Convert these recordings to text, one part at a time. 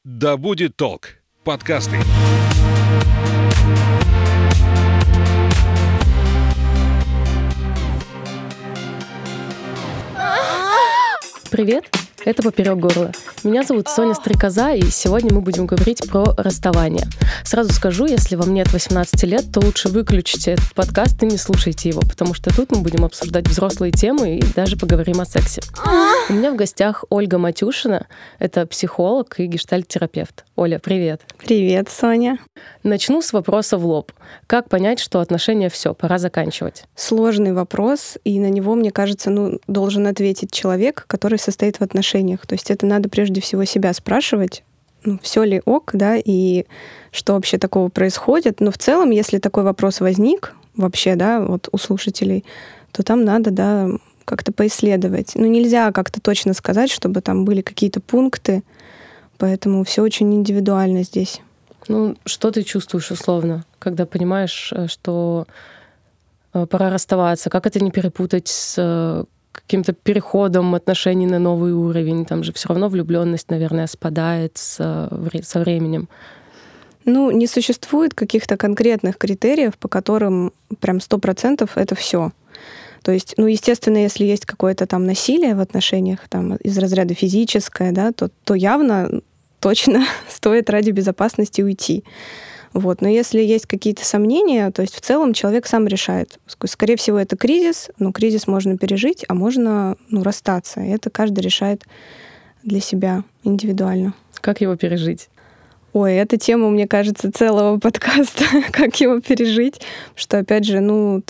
Да будет толк. Подкасты. Привет, это «Поперек горла». Меня зовут Соня Стрекоза, и сегодня мы будем говорить про расставание. Сразу скажу, если вам нет 18 лет, то лучше выключите этот подкаст и не слушайте его, потому что тут мы будем обсуждать взрослые темы и даже поговорим о сексе. У меня в гостях Ольга Матюшина, это психолог и гештальт-терапевт. Оля, привет. Привет, Соня. Начну с вопроса в лоб. Как понять, что отношения все, пора заканчивать? Сложный вопрос, и на него, мне кажется, должен ответить человек, который состоит в отношениях. То есть это надо прежде всего себя спрашивать, все ли ок, да, и что вообще такого происходит. Но в целом, если такой вопрос возник вообще, да, вот у слушателей, то там надо, да, как-то поисследовать. Нельзя как-то точно сказать, чтобы там были какие-то пункты, поэтому все очень индивидуально здесь. Что ты чувствуешь условно, когда понимаешь, что пора расставаться? Как это не перепутать с каким-то переходом отношений на новый уровень? Там же все равно влюбленность, наверное, спадает со временем. Не существует каких-то конкретных критериев, по которым прям 100% это все. То есть, естественно, если есть какое-то там насилие в отношениях, там, из разряда физическое, да, то явно точно стоит ради безопасности уйти. Вот. Но если есть какие-то сомнения, то есть в целом человек сам решает. Скорее всего, это кризис, но кризис можно пережить, а можно расстаться. И это каждый решает для себя индивидуально. Как его пережить? Ой, эта тема, мне кажется, целого подкаста, как его пережить, что, опять же,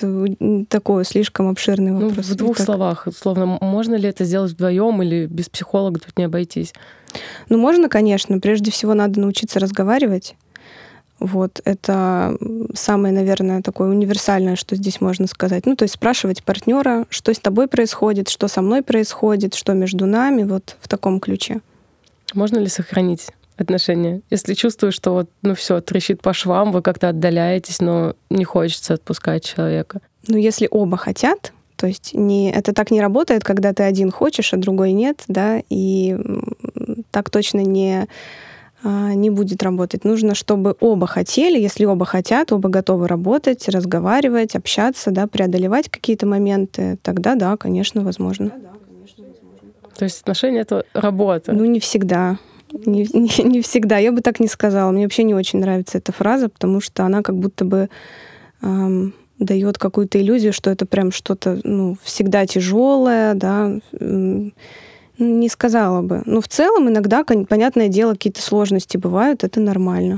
такой слишком обширный вопрос. В двух словах, условно, можно ли это сделать вдвоем или без психолога тут не обойтись? Можно, конечно. Прежде всего, надо научиться разговаривать. Вот, это самое, наверное, такое универсальное, что здесь можно сказать. То есть спрашивать партнера, что с тобой происходит, что со мной происходит, что между нами, вот в таком ключе. Можно ли сохранить отношения? Если чувствуешь, что все трещит по швам, вы как-то отдаляетесь, но не хочется отпускать человека. Если оба хотят, то есть это так не работает, когда ты один хочешь, а другой нет, да, и так точно не будет работать. Нужно, чтобы оба хотели, если оба хотят, оба готовы работать, разговаривать, общаться, да, преодолевать какие-то моменты, тогда да, конечно, возможно. То есть отношения — это работа? Не всегда. Не всегда. Я бы так не сказала. Мне вообще не очень нравится эта фраза, потому что она как будто бы дает какую-то иллюзию, что это прям что-то всегда тяжелое, да. Не сказала бы. Но в целом иногда, понятное дело, какие-то сложности бывают, это нормально.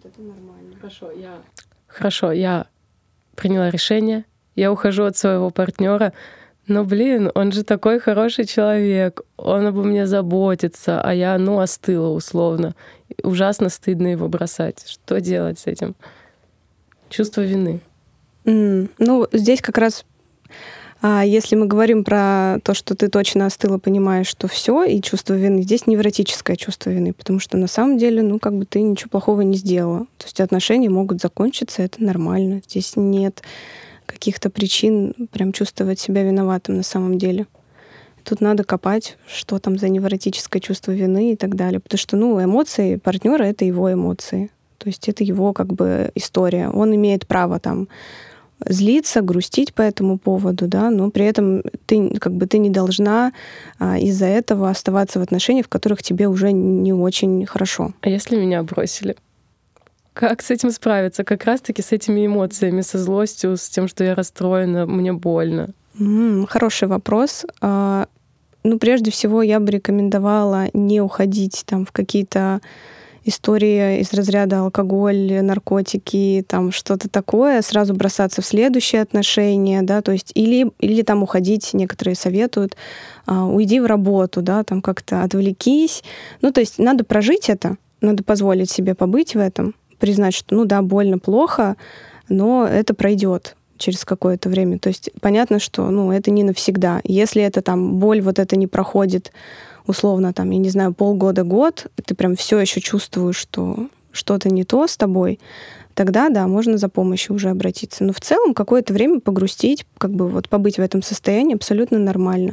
Хорошо, я приняла решение, я ухожу от своего партнера, но, он же такой хороший человек, он обо мне заботится, а я, остыла условно. Ужасно стыдно его бросать. Что делать с этим? Чувство вины. Здесь как раз если мы говорим про то, что ты точно остыла, понимаешь, что все, и чувство вины, здесь невротическое чувство вины, потому что на самом деле, ты ничего плохого не сделала. То есть отношения могут закончиться, это нормально. Здесь нет каких-то причин прям чувствовать себя виноватым на самом деле. Тут надо копать, что там за невротическое чувство вины и так далее. Потому что, эмоции партнера — это его эмоции. То есть это его история. Он имеет право там злиться, грустить по этому поводу, да, но при этом ты не должна из-за этого оставаться в отношениях, в которых тебе уже не очень хорошо. А если меня бросили? Как с этим справиться? Как раз-таки с этими эмоциями, со злостью, с тем, что я расстроена, мне больно. Хороший вопрос. Прежде всего, я бы рекомендовала не уходить там в какие-то истории из разряда алкоголь, наркотики, там что-то такое, сразу бросаться в следующие отношения, да, то есть или там уходить, некоторые советуют, уйди в работу, да, там как-то отвлекись. То есть надо прожить это, надо позволить себе побыть в этом, признать, что, больно, плохо, но это пройдет через какое-то время. То есть понятно, что, это не навсегда. Если это там боль вот это не проходит условно, там, я не знаю, полгода-год, ты прям все еще чувствуешь, что что-то не то с тобой, тогда, да, можно за помощью уже обратиться. Но в целом какое-то время погрустить, побыть в этом состоянии абсолютно нормально.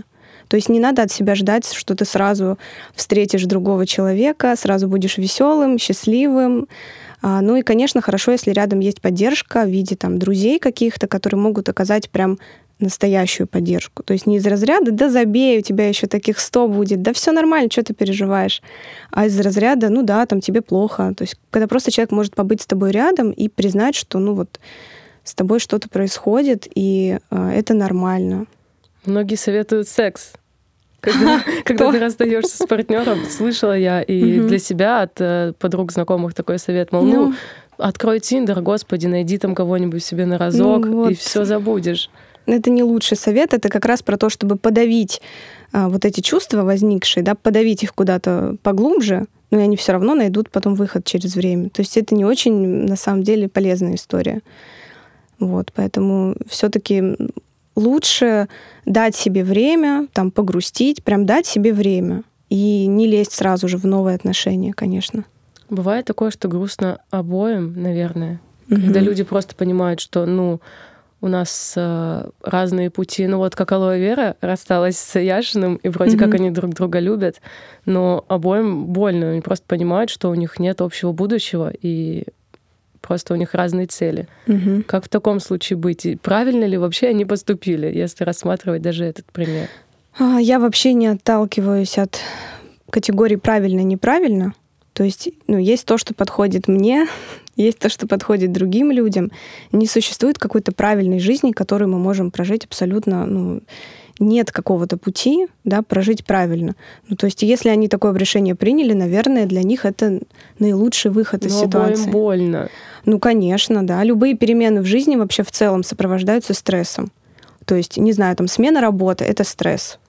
То есть не надо от себя ждать, что ты сразу встретишь другого человека, сразу будешь веселым, счастливым. Ну и, конечно, хорошо, если рядом есть поддержка в виде там друзей каких-то, которые могут оказать прям настоящую поддержку. То есть не из разряда «да забей, у тебя еще таких 100 будет, да все нормально, что ты переживаешь», а из разряда «ну да, там тебе плохо». То есть когда просто человек может побыть с тобой рядом и признать, что ну вот с тобой что-то происходит, и это нормально. Многие советуют секс. Когда ты расстаешься с партнером, слышала я и для себя от подруг, знакомых такой совет, мол, ну, открой Тиндер, господи, найди там кого-нибудь себе на разок, и все забудешь. Это не лучший совет, это как раз про то, чтобы подавить вот эти чувства возникшие, да, подавить их куда-то поглубже, но они все равно найдут потом выход через время. То есть это не очень, на самом деле, полезная история. Вот, поэтому все-таки лучше дать себе время, там, погрустить, прям дать себе время и не лезть сразу же в новые отношения, конечно. Бывает такое, что грустно обоим, наверное, когда люди просто понимают, что, ну, у нас разные пути. Ну вот как Алоэ Вера рассталась с Яшиным, и вроде как они друг друга любят, но обоим больно. Они просто понимают, что у них нет общего будущего, и просто у них разные цели. Как в таком случае быть? И правильно ли вообще они поступили, если рассматривать даже этот пример? Я вообще не отталкиваюсь от категории «правильно-неправильно». То есть, ну, есть то, что подходит мне, есть то, что подходит другим людям. Не существует какой-то правильной жизни, которую мы можем прожить абсолютно, ну, нет какого-то пути, да, прожить правильно. Ну, то есть, если они такое решение приняли, наверное, для них это наилучший выход из ситуации. Но обоим больно. Ну, конечно, да. Любые перемены в жизни вообще в целом сопровождаются стрессом. То есть, не знаю, там, смена работы — это стресс.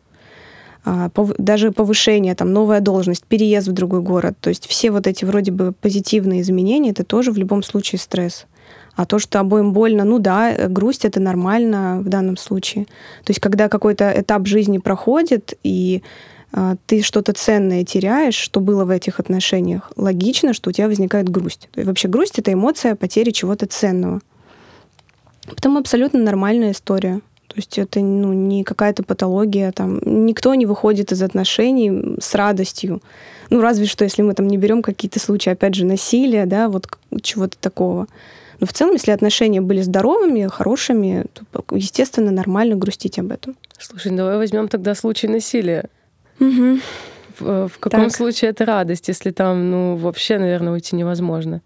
Даже повышение, там, новая должность, переезд в другой город. То есть все вот эти вроде бы позитивные изменения, это тоже в любом случае стресс. А то, что обоим больно, ну да, грусть — это нормально в данном случае. То есть когда какой-то этап жизни проходит, и ты что-то ценное теряешь, что было в этих отношениях, логично, что у тебя возникает грусть. То есть вообще грусть — это эмоция потери чего-то ценного. Потом абсолютно нормальная история. То есть это, ну, не какая-то патология, там, никто не выходит из отношений с радостью. Ну, разве что, если мы там не берем какие-то случаи, опять же, насилия, да, вот чего-то такого. Но в целом, если отношения были здоровыми, хорошими, то, естественно, нормально грустить об этом. Слушай, давай возьмем тогда случай насилия. Угу. В каком случае это радость, если там, ну, вообще, наверное, уйти невозможно?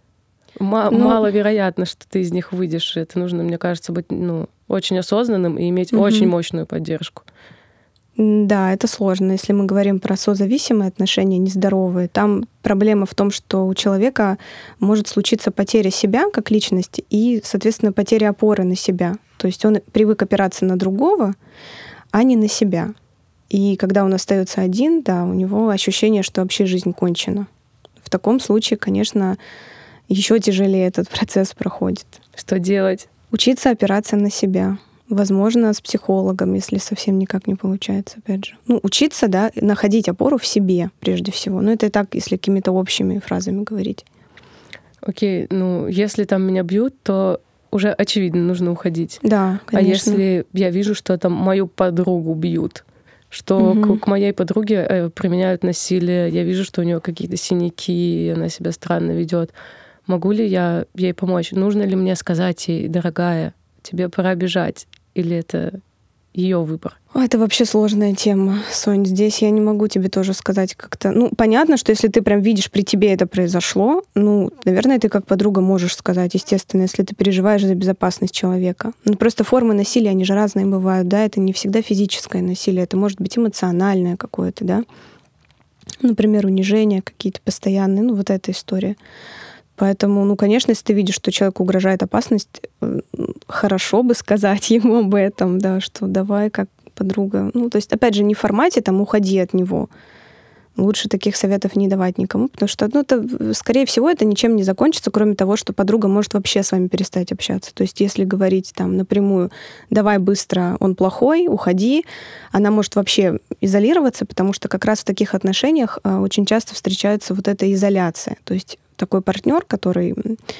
Маловероятно, что ты из них выйдешь. Это нужно, мне кажется, быть, ну, очень осознанным и иметь очень мощную поддержку. Да, это сложно. Если мы говорим про созависимые отношения, нездоровые, там проблема в том, что у человека может случиться потеря себя как личности и, соответственно, потеря опоры на себя. То есть он привык опираться на другого, а не на себя. И когда он остается один, да, у него ощущение, что вообще жизнь кончена. В таком случае, конечно, еще тяжелее этот процесс проходит. Что делать? Учиться опираться на себя. Возможно, с психологом, если совсем никак не получается, опять же. Ну, учиться, да, находить опору в себе, прежде всего. Ну, это и так, если какими-то общими фразами говорить. Окей, ну, если там меня бьют, то уже очевидно, нужно уходить. Да, конечно. А если я вижу, что там мою подругу бьют, что к моей подруге применяют насилие, я вижу, что у нее какие-то синяки, она себя странно ведет. Могу ли я ей помочь? Нужно ли мне сказать ей: дорогая, тебе пора бежать? Или это ее выбор? Это вообще сложная тема, Сонь. Здесь я не могу тебе тоже сказать как-то. Ну, понятно, что если ты прям видишь, при тебе это произошло, ну, наверное, ты как подруга можешь сказать, естественно, если ты переживаешь за безопасность человека. Ну, просто формы насилия, они же разные бывают, да, это не всегда физическое насилие, это может быть эмоциональное какое-то, да. Например, унижение какие-то постоянные, ну, вот эта история. Поэтому, ну, конечно, если ты видишь, что человеку угрожает опасность, хорошо бы сказать ему об этом, да, что давай как подруга. Ну, то есть, опять же, не в формате там уходи от него. Лучше таких советов не давать никому, потому что, ну, это, скорее всего, это ничем не закончится, кроме того, что подруга может вообще с вами перестать общаться. То есть, если говорить там напрямую, давай быстро, он плохой, уходи, она может вообще изолироваться, потому что как раз в таких отношениях очень часто встречается вот эта изоляция. То есть такой партнер, который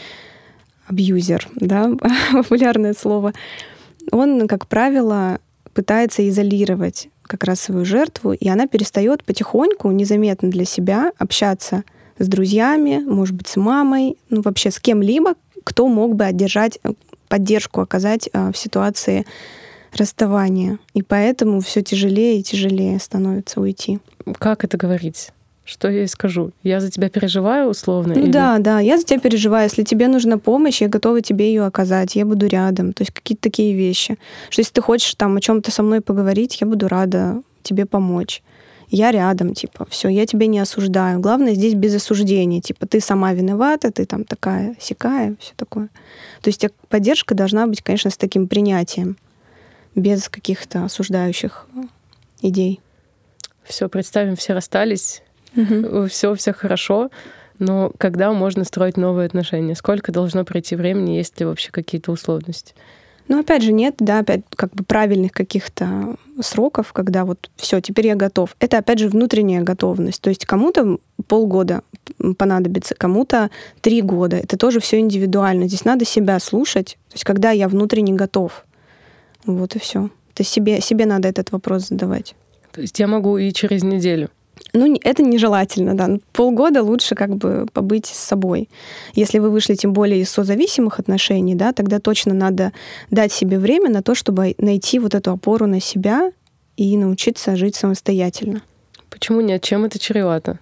абьюзер, да, популярное слово, он, как правило, пытается изолировать как раз свою жертву, и она перестает потихоньку, незаметно для себя общаться с друзьями, может быть, с мамой, ну вообще с кем-либо, кто мог бы одержать, поддержку оказать в ситуации расставания. И поэтому все тяжелее и тяжелее становится уйти. Как это говорить? Что я ей скажу? Я за тебя переживаю условно? Ну или... да, я за тебя переживаю. Если тебе нужна помощь, я готова тебе ее оказать. Я буду рядом. То есть какие-то такие вещи. Что если ты хочешь там о чем-то со мной поговорить, я буду рада тебе помочь. Я рядом, типа, все, я тебя не осуждаю. Главное здесь без осуждения. Типа, ты сама виновата, ты там такая, сякая, все такое. То есть поддержка должна быть, конечно, с таким принятием, без каких-то осуждающих идей. Все, представим, все расстались, все хорошо, но когда можно строить новые отношения? Сколько должно пройти времени, есть ли вообще какие-то условности? Ну, опять же, нет, да, опять как бы правильных каких-то сроков, когда вот все, теперь я готов. Это, опять же, внутренняя готовность. То есть кому-то полгода понадобится, кому-то 3 года. Это тоже все индивидуально. Здесь надо себя слушать. То есть когда я внутренне готов. Вот и все. То есть себе надо этот вопрос задавать. То есть я могу и через неделю? Ну, это нежелательно, да. Полгода лучше как бы побыть с собой. Если вы вышли тем более из созависимых отношений, да, тогда точно надо дать себе время на то, чтобы найти вот эту опору на себя и научиться жить самостоятельно. Почему нет? Чем это чревато?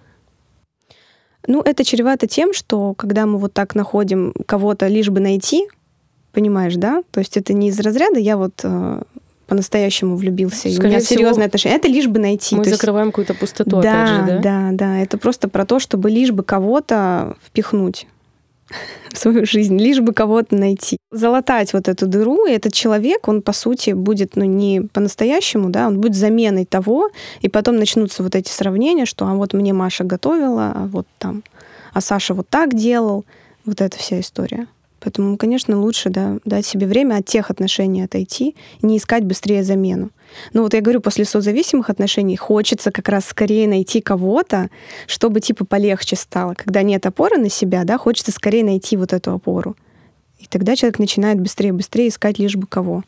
Ну, это чревато тем, что когда мы вот так находим кого-то лишь бы найти, понимаешь, да? То есть это не из разряда «я вот по-настоящему влюбился, и у меня серьезные отношения». Это лишь бы найти. Мы закрываем какую-то пустоту, да, опять же, да? Да. Это просто про то, чтобы лишь бы кого-то впихнуть в свою жизнь, лишь бы кого-то найти. Залатать вот эту дыру, и этот человек, он, по сути, будет, не по-настоящему, да, он будет заменой того, и потом начнутся вот эти сравнения, что а вот мне Маша готовила, а вот там, а Саша вот так делал. Вот эта вся история. Поэтому, конечно, лучше, да, дать себе время от тех отношений отойти, не искать быстрее замену. Но вот я говорю, после созависимых отношений хочется как раз скорее найти кого-то, чтобы типа полегче стало. Когда нет опоры на себя, да, хочется скорее найти вот эту опору. И тогда человек начинает быстрее искать лишь бы кого.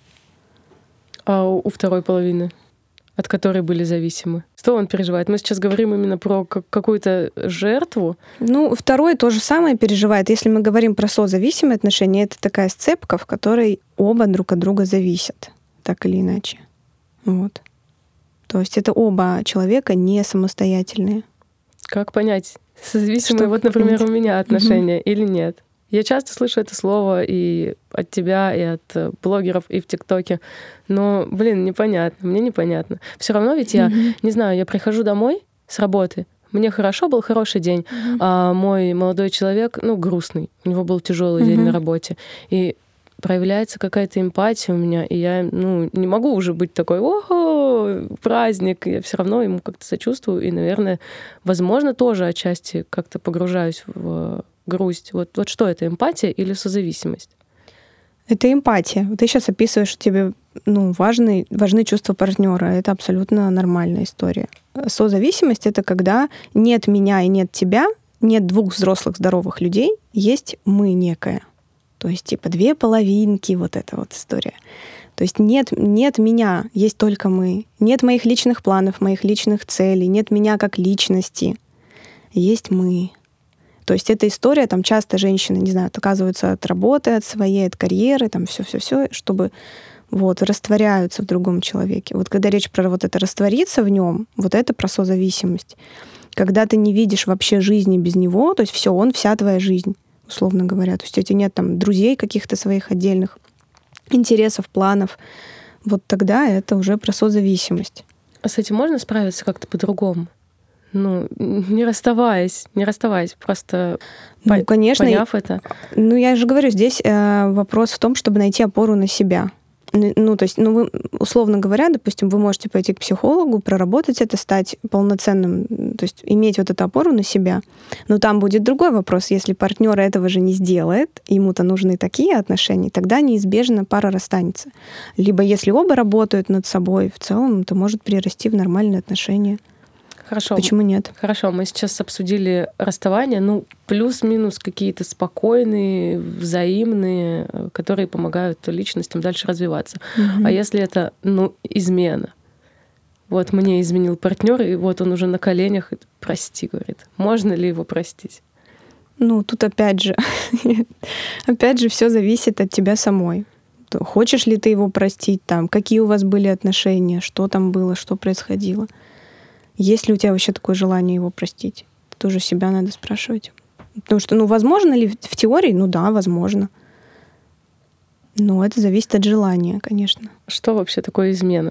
А у второй половины, от которой были зависимы? Что он переживает? Мы сейчас говорим именно про какую-то жертву. Ну, второй то же самое переживает. Если мы говорим про созависимые отношения, это такая сцепка, в которой оба друг от друга зависят, так или иначе. Вот. То есть это оба человека не самостоятельные. Как понять, созависимые, вот, например, у меня отношения или нет? Я часто слышу это слово и от тебя, и от блогеров, и в ТикТоке. Но, непонятно, мне непонятно. Все равно ведь я, не знаю, я прихожу домой с работы, мне хорошо, был хороший день, а мой молодой человек, грустный, у него был тяжелый день на работе. И проявляется какая-то эмпатия у меня, и я, не могу уже быть такой, ого, праздник, я все равно ему как-то сочувствую, и, наверное, возможно, тоже отчасти как-то погружаюсь в грусть. Вот что это, эмпатия или созависимость? Это эмпатия. Вот ты сейчас описываешь, что тебе важны чувства партнера. Это абсолютно нормальная история. Созависимость — это когда нет меня и нет тебя, нет двух взрослых здоровых людей, есть мы некое. То есть типа 2 половинки, вот эта вот история. То есть нет меня, есть только мы. Нет моих личных планов, моих личных целей, нет меня как личности. Есть мы. То есть эта история, там часто женщины, не знаю, отказываются от работы, от своей, от карьеры, там все, чтобы растворяются в другом человеке. Вот когда речь про вот это раствориться в нем, вот это про созависимость. Когда ты не видишь вообще жизни без него, то есть все, он вся твоя жизнь, условно говоря. То есть у тебя нет там друзей каких-то своих отдельных, интересов, планов. Вот тогда это уже про созависимость. А с этим можно справиться как-то по-другому? Не расставаясь, просто конечно, поняв это. Я же говорю, здесь вопрос в том, чтобы найти опору на себя. То есть, вы, условно говоря, допустим, вы можете пойти к психологу, проработать это, стать полноценным, то есть иметь вот эту опору на себя. Но там будет другой вопрос. Если партнер этого же не сделает, ему-то нужны такие отношения, тогда неизбежно пара расстанется. Либо если оба работают над собой, в целом это может перерасти в нормальные отношения. Хорошо. Почему нет? Хорошо, мы сейчас обсудили расставание, плюс-минус какие-то спокойные, взаимные, которые помогают личностям дальше развиваться. А если это, измена? вот мне изменил партнер, и вот он уже на коленях, и прости, говорит. Можно ли его простить? Ну, тут опять же все зависит от тебя самой. Хочешь ли ты его простить, там, какие у вас были отношения, что там было, что происходило. Есть ли у тебя вообще такое желание его простить? Тоже себя надо спрашивать. Потому что, возможно ли в теории? Ну да, возможно. Но это зависит от желания, конечно. Что вообще такое измена?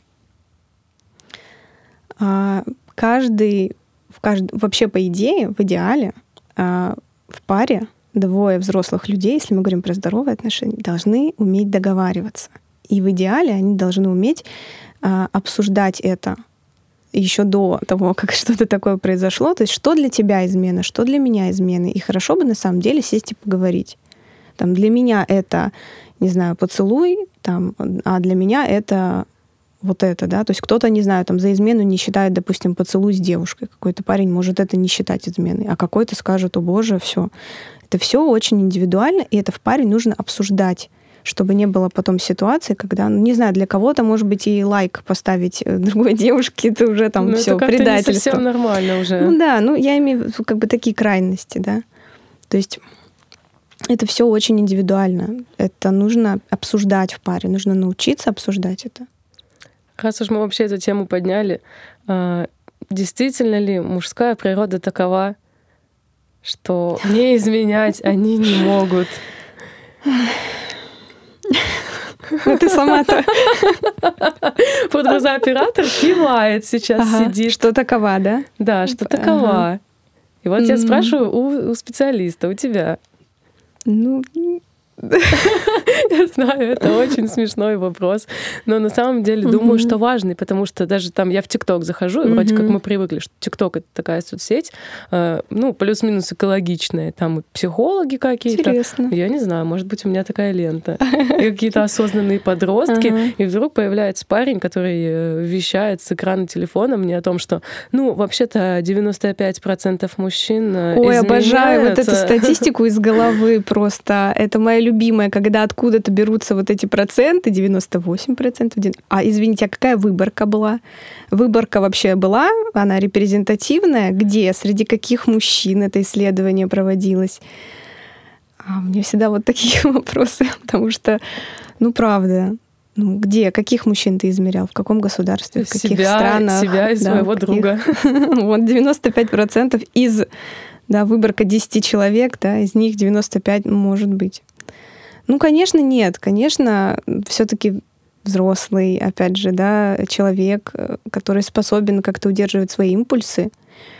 Вообще, по идее, в идеале, в паре двое взрослых людей, если мы говорим про здоровые отношения, должны уметь договариваться. И в идеале они должны уметь обсуждать это еще до того, как что-то такое произошло. То есть что для тебя измена, что для меня измена. И хорошо бы на самом деле сесть и поговорить. Там, для меня это, не знаю, поцелуй, там, а для меня это вот это, да. То есть кто-то, не знаю, там, за измену не считает, допустим, поцелуй с девушкой. Какой-то парень может это не считать изменой, а какой-то скажет: о боже, все. Это все очень индивидуально, и это в паре нужно обсуждать, чтобы не было потом ситуации, когда, не знаю, для кого-то, может быть, и лайк поставить другой девушке, это уже там все предательство. Не совсем нормально уже. Ну да, я имею в виду как бы такие крайности, да. То есть это все очень индивидуально. Это нужно обсуждать в паре, нужно научиться обсуждать это. Раз уж мы вообще эту тему подняли, действительно ли мужская природа такова, что не изменять они не могут? Ты сама-то. Продюсер-оператор кивает сейчас, сидит. Что такова, да? Да, что такова. И вот я спрашиваю у специалиста, у тебя. Я знаю, это очень смешной вопрос, но на самом деле думаю, что важный, потому что даже там я в ТикТок захожу, и вроде как мы привыкли, что ТикТок — это такая соцсеть, плюс-минус экологичная, там и психологи какие-то. Интересно. Я не знаю, может быть, у меня такая лента. И какие-то осознанные подростки, и вдруг появляется парень, который вещает с экрана телефона мне о том, что, вообще-то 95% мужчин изменяют. Ой, обожаю вот эту статистику из головы просто. Это моя любимая, когда откуда-то берутся вот эти проценты, 98%. Извините, а какая выборка была? Выборка вообще была? Она репрезентативная? Где? Среди каких мужчин это исследование проводилось? Мне всегда вот такие вопросы, потому что, правда, где? Каких мужчин ты измерял? В каком государстве? В каких странах? Себя и своего друга. Вот 95% из... Да, выборка 10 человек, да, из них 95 может быть. Конечно, нет. Конечно, все-таки взрослый, опять же, да, человек, который способен как-то удерживать свои импульсы,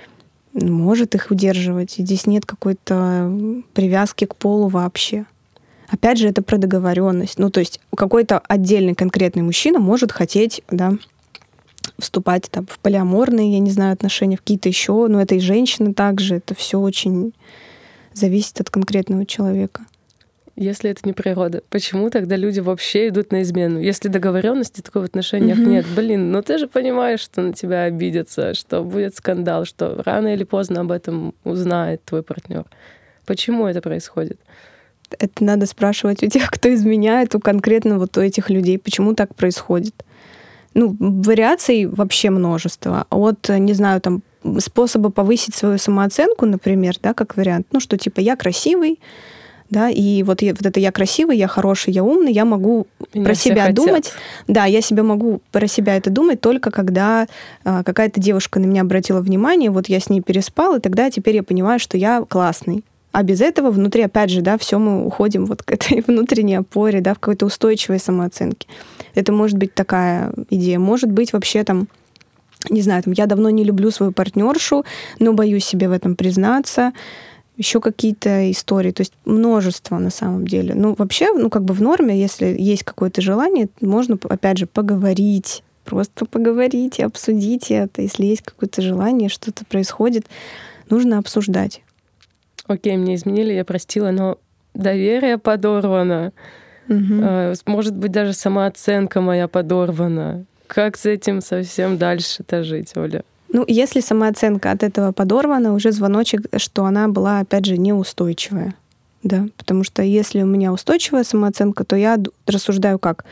может их удерживать. И здесь нет какой-то привязки к полу вообще. Опять же, это про договоренность. То есть какой-то отдельный конкретный мужчина может хотеть, да, вступать там в полиаморные, я не знаю, отношения, в какие-то еще, но это и женщины также. Это все очень зависит от конкретного человека. Если это не природа, почему тогда люди вообще идут на измену? Если договоренности такой в отношениях нет, ты же понимаешь, что на тебя обидятся, что будет скандал, что рано или поздно об этом узнает твой партнер. Почему это происходит? Это надо спрашивать у тех, кто изменяет, у конкретно вот у этих людей, почему так происходит. Вариаций вообще множество. От, не знаю, там, способа повысить свою самооценку, например, да, как вариант, что типа я красивый, да, и вот это я красивый, я хороший, я умный, я могу про себя думать. Да, я себе могу про себя это думать только когда какая-то девушка на меня обратила внимание, вот я с ней переспал, и тогда теперь я понимаю, что я классный. А без этого внутри, опять же, да, все мы уходим вот к этой внутренней опоре, да, в какой-то устойчивой самооценке. Это может быть такая идея. Может быть вообще там, не знаю, там, я давно не люблю свою партнершу, но боюсь себе в этом признаться. Еще какие-то истории. То есть множество на самом деле. Вообще, как бы в норме, если есть какое-то желание, можно, опять же, поговорить. Просто поговорить и обсудить это. Если есть какое-то желание, что-то происходит, нужно обсуждать. Окей, мне изменили, я простила, но доверие подорвано. Может быть, даже самооценка моя подорвана. Как с этим совсем дальше-то жить, Оля? Если самооценка от этого подорвана, уже звоночек, что она была, опять же, неустойчивая. Да? Потому что если у меня устойчивая самооценка, то я рассуждаю как?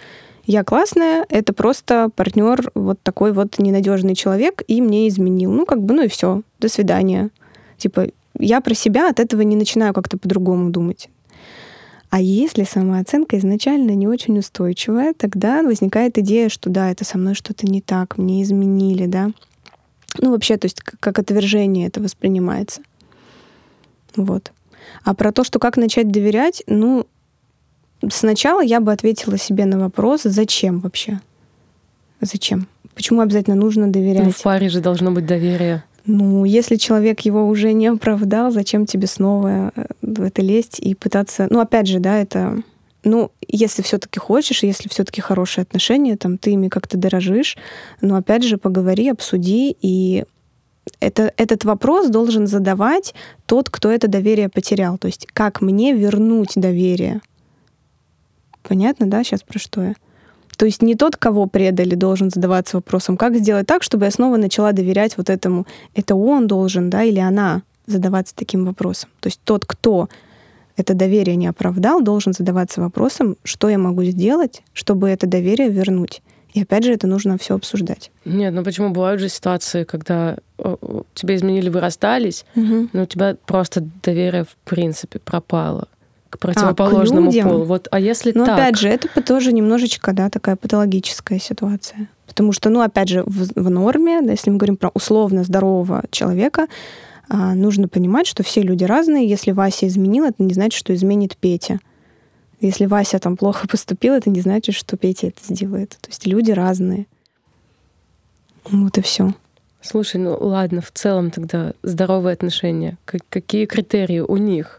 Я классная, это просто партнер вот такой вот ненадежный человек и мне изменил. Ну и все, до свидания. Типа, я про себя от этого не начинаю как-то по-другому думать. А если самооценка изначально не очень устойчивая, тогда возникает идея, что да, это со мной что-то не так, мне изменили, да. Ну, вообще, то есть как отвержение это воспринимается. Вот. А про то, что как начать доверять, сначала я бы ответила себе на вопрос, зачем вообще? Зачем? Почему обязательно нужно доверять? В паре же должно быть доверие. Если человек его уже не оправдал, зачем тебе снова в это лезть и пытаться... опять же, да, это... если все-таки хочешь, если все-таки хорошие отношения, там, ты ими как-то дорожишь, опять же, поговори, обсуди, и этот вопрос должен задавать тот, кто это доверие потерял. То есть, как мне вернуть доверие? Понятно, да, сейчас про что я? То есть не тот, кого предали, должен задаваться вопросом, как сделать так, чтобы я снова начала доверять вот этому. Это он должен, да, или она задаваться таким вопросом. То есть тот, кто это доверие не оправдал, должен задаваться вопросом, что я могу сделать, чтобы это доверие вернуть. И опять же, это нужно все обсуждать. Нет, почему бывают же ситуации, когда тебя изменили, вы расстались, но у тебя просто доверие в принципе пропало к противоположному полу. Вот, а если так? Опять же, это тоже немножечко, да, такая патологическая ситуация. Потому что, опять же, в норме, да, если мы говорим про условно здорового человека, нужно понимать, что все люди разные. Если Вася изменил, это не значит, что изменит Петя. Если Вася там плохо поступил, это не значит, что Петя это сделает. То есть люди разные. Вот и все. Слушай, ладно, в целом тогда здоровые отношения. Какие критерии у них?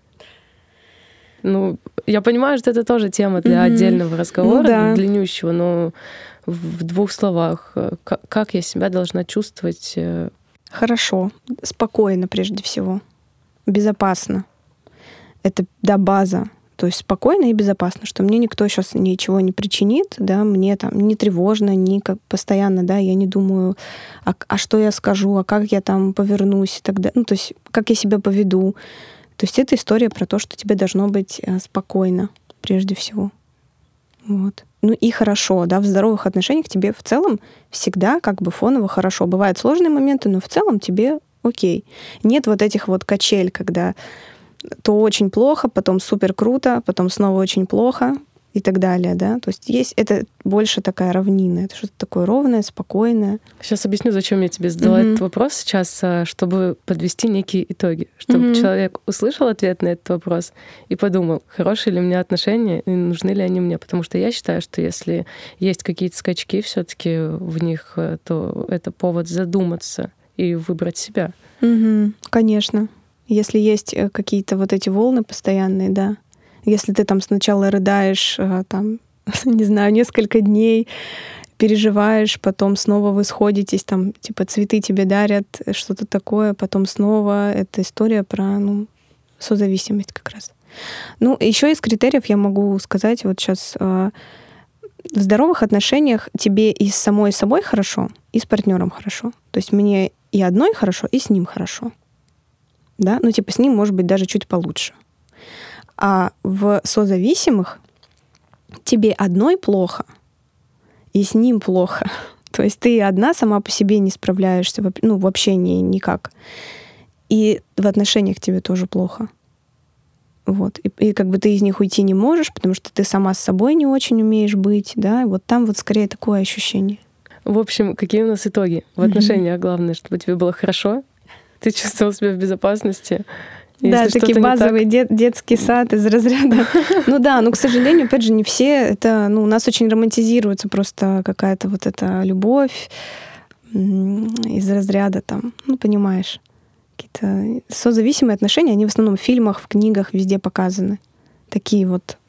Я понимаю, что это тоже тема для отдельного разговора, длиннющего, но в 2 словах, как я себя должна чувствовать? Хорошо, спокойно прежде всего, безопасно. Это, база. То есть спокойно и безопасно, что мне никто сейчас ничего не причинит, да, мне там не тревожно, не как постоянно, да, я не думаю, а что я скажу, а как я там повернусь и так далее, то есть как я себя поведу. То есть это история про то, что тебе должно быть спокойно, прежде всего. Вот. И хорошо, да, в здоровых отношениях тебе в целом всегда как бы фоново хорошо. Бывают сложные моменты, но в целом тебе окей. Нет вот этих вот качель, когда то очень плохо, потом супер круто, потом снова очень плохо и так далее, да. То есть это больше такая равнина, это что-то такое ровное, спокойное. Сейчас объясню, зачем я тебе задала этот вопрос сейчас, чтобы подвести некие итоги, чтобы человек услышал ответ на этот вопрос и подумал, хорошие ли у меня отношения и нужны ли они мне, потому что я считаю, что если есть какие-то скачки все-таки в них, то это повод задуматься и выбрать себя. Конечно. Если есть какие-то вот эти волны постоянные, да. Если ты там сначала рыдаешь, там, не знаю, несколько дней, переживаешь, потом снова вы сходитесь, там, типа, цветы тебе дарят, что-то такое, потом снова это история про, созависимость как раз. Еще из критериев я могу сказать, вот сейчас в здоровых отношениях тебе и с самой собой хорошо, и с партнером хорошо. То есть мне и одной хорошо, и с ним хорошо. Да? С ним, может быть, даже чуть получше. А в созависимых тебе одной плохо, и с ним плохо. То есть ты одна сама по себе не справляешься, вообще никак. И в отношениях тебе тоже плохо. Вот. И как бы ты из них уйти не можешь, потому что ты сама с собой не очень умеешь быть, да, вот там вот скорее такое ощущение. В общем, какие у нас итоги в отношениях? Главное, чтобы тебе было хорошо, ты чувствовал себя в безопасности. Да, такие базовые детский сад из разряда. К сожалению, опять же, не все. Это, у нас очень романтизируется просто какая-то вот эта любовь из разряда там, понимаешь, какие-то созависимые отношения, они в основном в фильмах, в книгах везде показаны. Такие вот.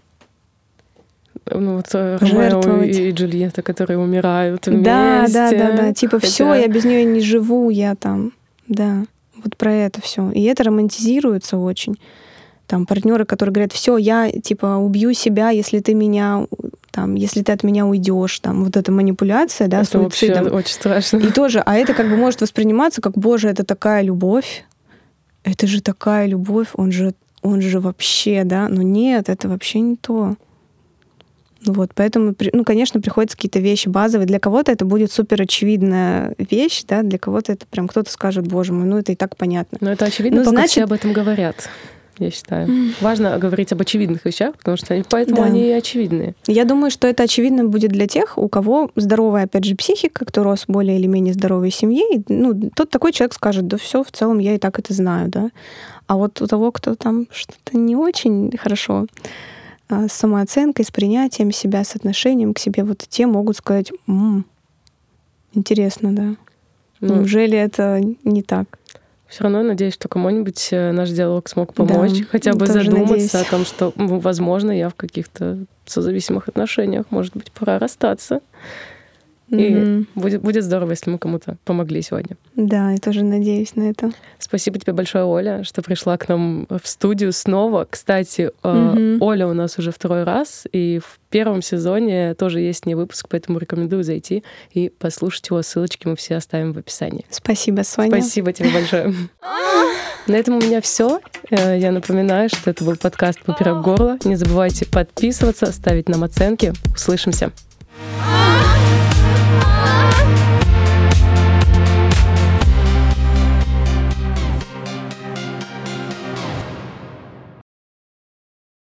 Ромео и Джульетта, которые умирают вместе. Да. Типа все, я без нее не живу, я там, да. Вот про это все. И это романтизируется очень. Там партнеры, которые говорят, все, я типа убью себя, если ты меня, там, если ты от меня уйдешь, там, вот эта манипуляция, да, это суицидом. Вообще очень страшно. И тоже, а это как бы может восприниматься как, боже, это такая любовь, это же такая любовь, он же вообще, да, но нет, это вообще не то. Вот, поэтому, конечно, приходится какие-то вещи базовые. Для кого-то это будет супер очевидная вещь, да, для кого-то это прям кто-то скажет, боже мой, это и так понятно. Но это очевидно, только все об этом говорят, я считаю. Важно говорить об очевидных вещах, потому что поэтому они и очевидные. Я думаю, что это очевидно будет для тех, у кого здоровая, опять же, психика, кто рос в более или менее здоровой семье. Тот такой человек скажет, да все, в целом я и так это знаю, да. А вот у того, кто там что-то не очень хорошо с самооценкой, с принятием себя, с отношением к себе, вот те могут сказать, интересно, да. Неужели это не так? Все равно надеюсь, что кому-нибудь наш диалог смог помочь, хотя бы задуматься о том, что, возможно, я в каких-то созависимых отношениях, может быть, пора расстаться. И будет здорово, если мы кому-то помогли сегодня. Да, я тоже надеюсь на это. Спасибо тебе большое, Оля, что пришла к нам в студию снова. Кстати, Оля у нас уже 2-й раз, и в 1-м сезоне тоже есть с ней выпуск, поэтому рекомендую зайти и послушать его. Ссылочки мы все оставим в описании. Спасибо, Соня. Спасибо тебе большое. На этом у меня все. Я напоминаю, что это был подкаст «Поперек горла». Не забывайте подписываться, ставить нам оценки. Услышимся.